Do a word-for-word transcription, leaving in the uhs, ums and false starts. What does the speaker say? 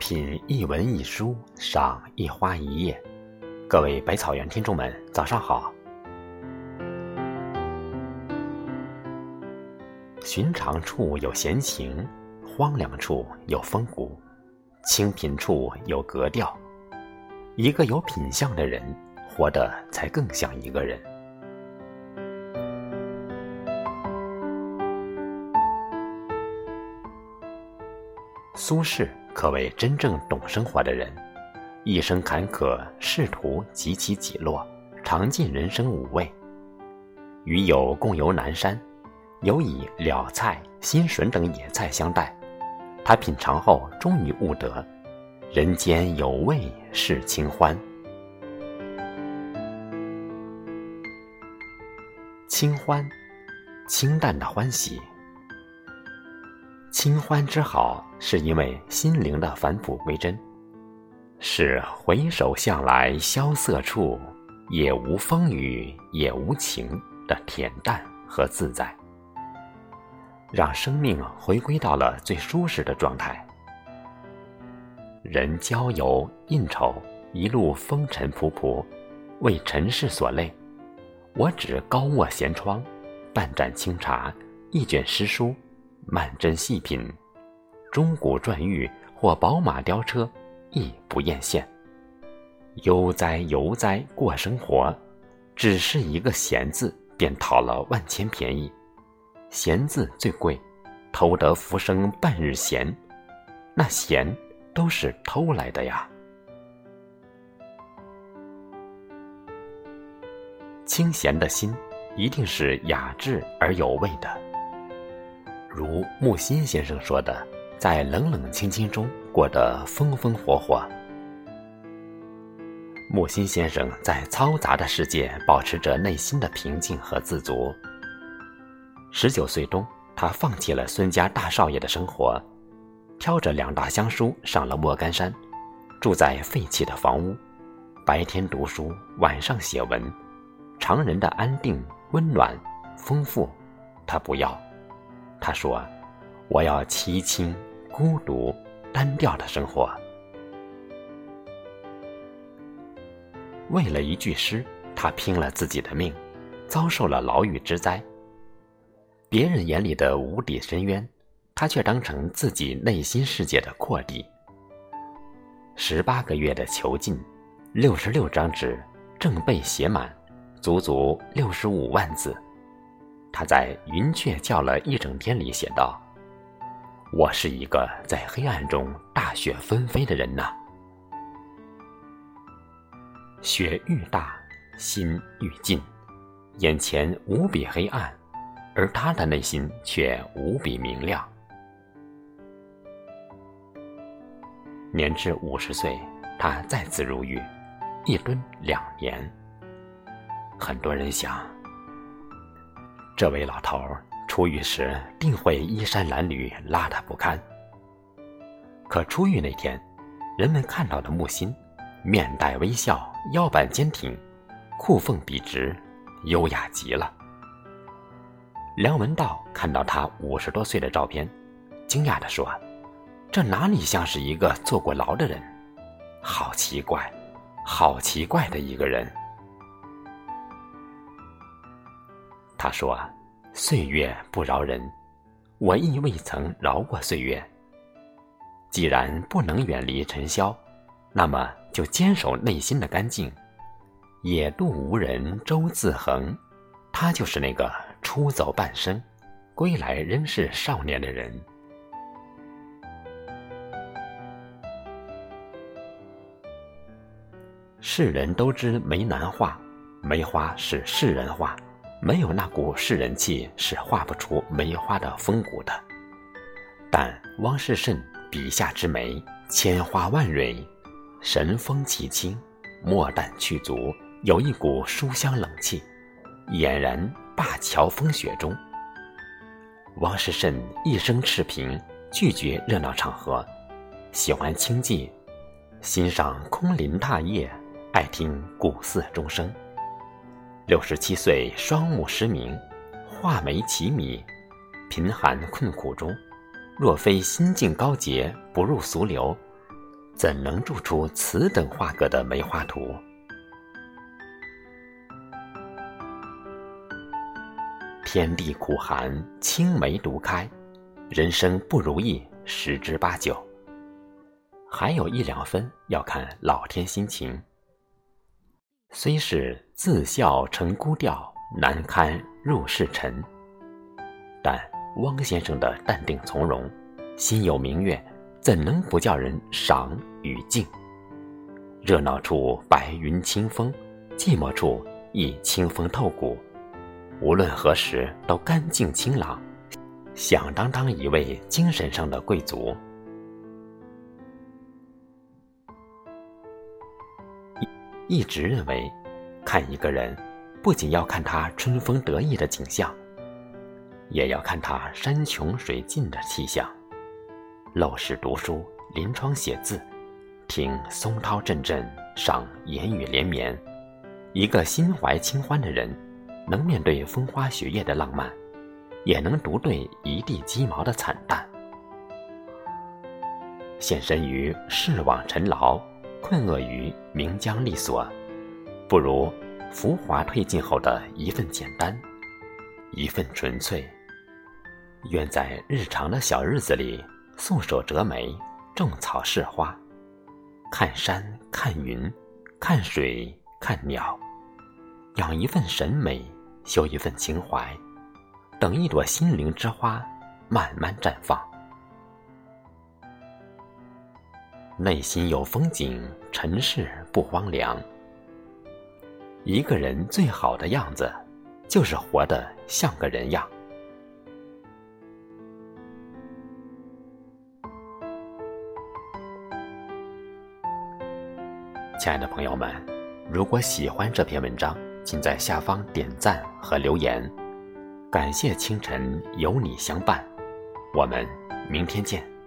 品一文一书，赏一花一叶。各位百草园听众们，早上好。寻常处有闲情，荒凉处有风骨，清贫处有格调。一个有品相的人，活得才更像一个人。苏轼可谓真正懂生活的人，一生坎坷，仕途几起几落，尝尽人生五味。与友共游南山，有以了菜、新笋等野菜相待，他品尝后终于悟得，人间有味是清欢。清欢，清淡的欢喜。清欢之好，是因为心灵的返璞归真，是回首向来萧瑟处，也无风雨也无晴的恬淡和自在，让生命回归到了最舒适的状态。人郊游应酬，一路风尘仆仆，为尘世所累，我只高卧闲窗，半盏清茶，一卷诗书，慢斟细品，钟鼓馔玉或宝马雕车，亦不艳羡。悠哉游哉过生活，只是一个闲字，便讨了万千便宜。闲字最贵，偷得浮生半日闲，那闲都是偷来的呀。清闲的心，一定是雅致而有味的。如木心先生说的，在冷冷清清中过得风风火火。木心先生在嘈杂的世界保持着内心的平静和自足。十九岁中，他放弃了孙家大少爷的生活，挑着两大箱书上了莫干山，住在废弃的房屋，白天读书，晚上写文。常人的安定、温暖、丰富，他不要。他说，我要凄清、孤独、单调的生活。为了一句诗，他拼了自己的命，遭受了牢狱之灾。别人眼里的无底深渊，他却当成自己内心世界的阔地。十八个月的囚禁，六十六张纸，正背写满，足足六十五万字。他在云雀叫了一整天里写道，我是一个在黑暗中大雪纷飞的人呐。雪愈大，心愈近，眼前无比黑暗，而他的内心却无比明亮。年至五十岁，他再次入狱，一蹲两年。很多人想，这位老头出狱时定会衣衫褴褛，邋遢不堪。可出狱那天，人们看到的木心面带微笑，腰板坚挺，裤缝笔直，优雅极了。梁文道看到他五十多岁的照片，惊讶地说，这哪里像是一个坐过牢的人，好奇怪，好奇怪的一个人。他说，岁月不饶人，我亦未曾饶过岁月。既然不能远离尘嚣，那么就坚守内心的干净。野渡无人舟自横，他就是那个出走半生，归来仍是少年的人。世人都知梅兰画，梅花是世人画，没有那股世人气，是画不出梅花的风骨的。但汪士缮笔下之梅，千花万蕊，神风气清，墨淡去足，有一股书香冷气，俨然灞桥风雪中。汪士缮一生赤贫，拒绝热闹场合，喜欢清寂，欣赏空林踏叶，爱听古寺钟声。六十七岁双目失明，画眉乞米，贫寒困苦中，若非心境高洁，不入俗流， 怎能铸出此等画格的梅花图？天地苦寒，青梅独开，人生不如意十之八九。还有一两分要看老天心情。虽是自笑成孤调，难堪入世尘，但汪先生的淡定从容，心有明月，怎能不叫人赏与敬？热闹处白云清风，寂寞处亦清风透骨，无论何时都干净清朗，响当当一位精神上的贵族。一直认为，看一个人，不仅要看他春风得意的景象，也要看他山穷水尽的气象。陋室读书，临窗写字，听松涛阵阵，赏烟雨连绵。一个心怀清欢的人，能面对风花雪月的浪漫，也能独对一地鸡毛的惨淡。献身于世网尘劳，困厄于名缰利锁，不如浮华褪尽后的一份简单，一份纯粹。愿在日常的小日子里，素手折梅，种草试花，看山看云，看水看鸟，养一份审美，修一份情怀，等一朵心灵之花慢慢绽放。内心有风景，尘世不荒凉。一个人最好的样子，就是活得像个人样。亲爱的朋友们，如果喜欢这篇文章，请在下方点赞和留言。感谢清晨有你相伴，我们明天见。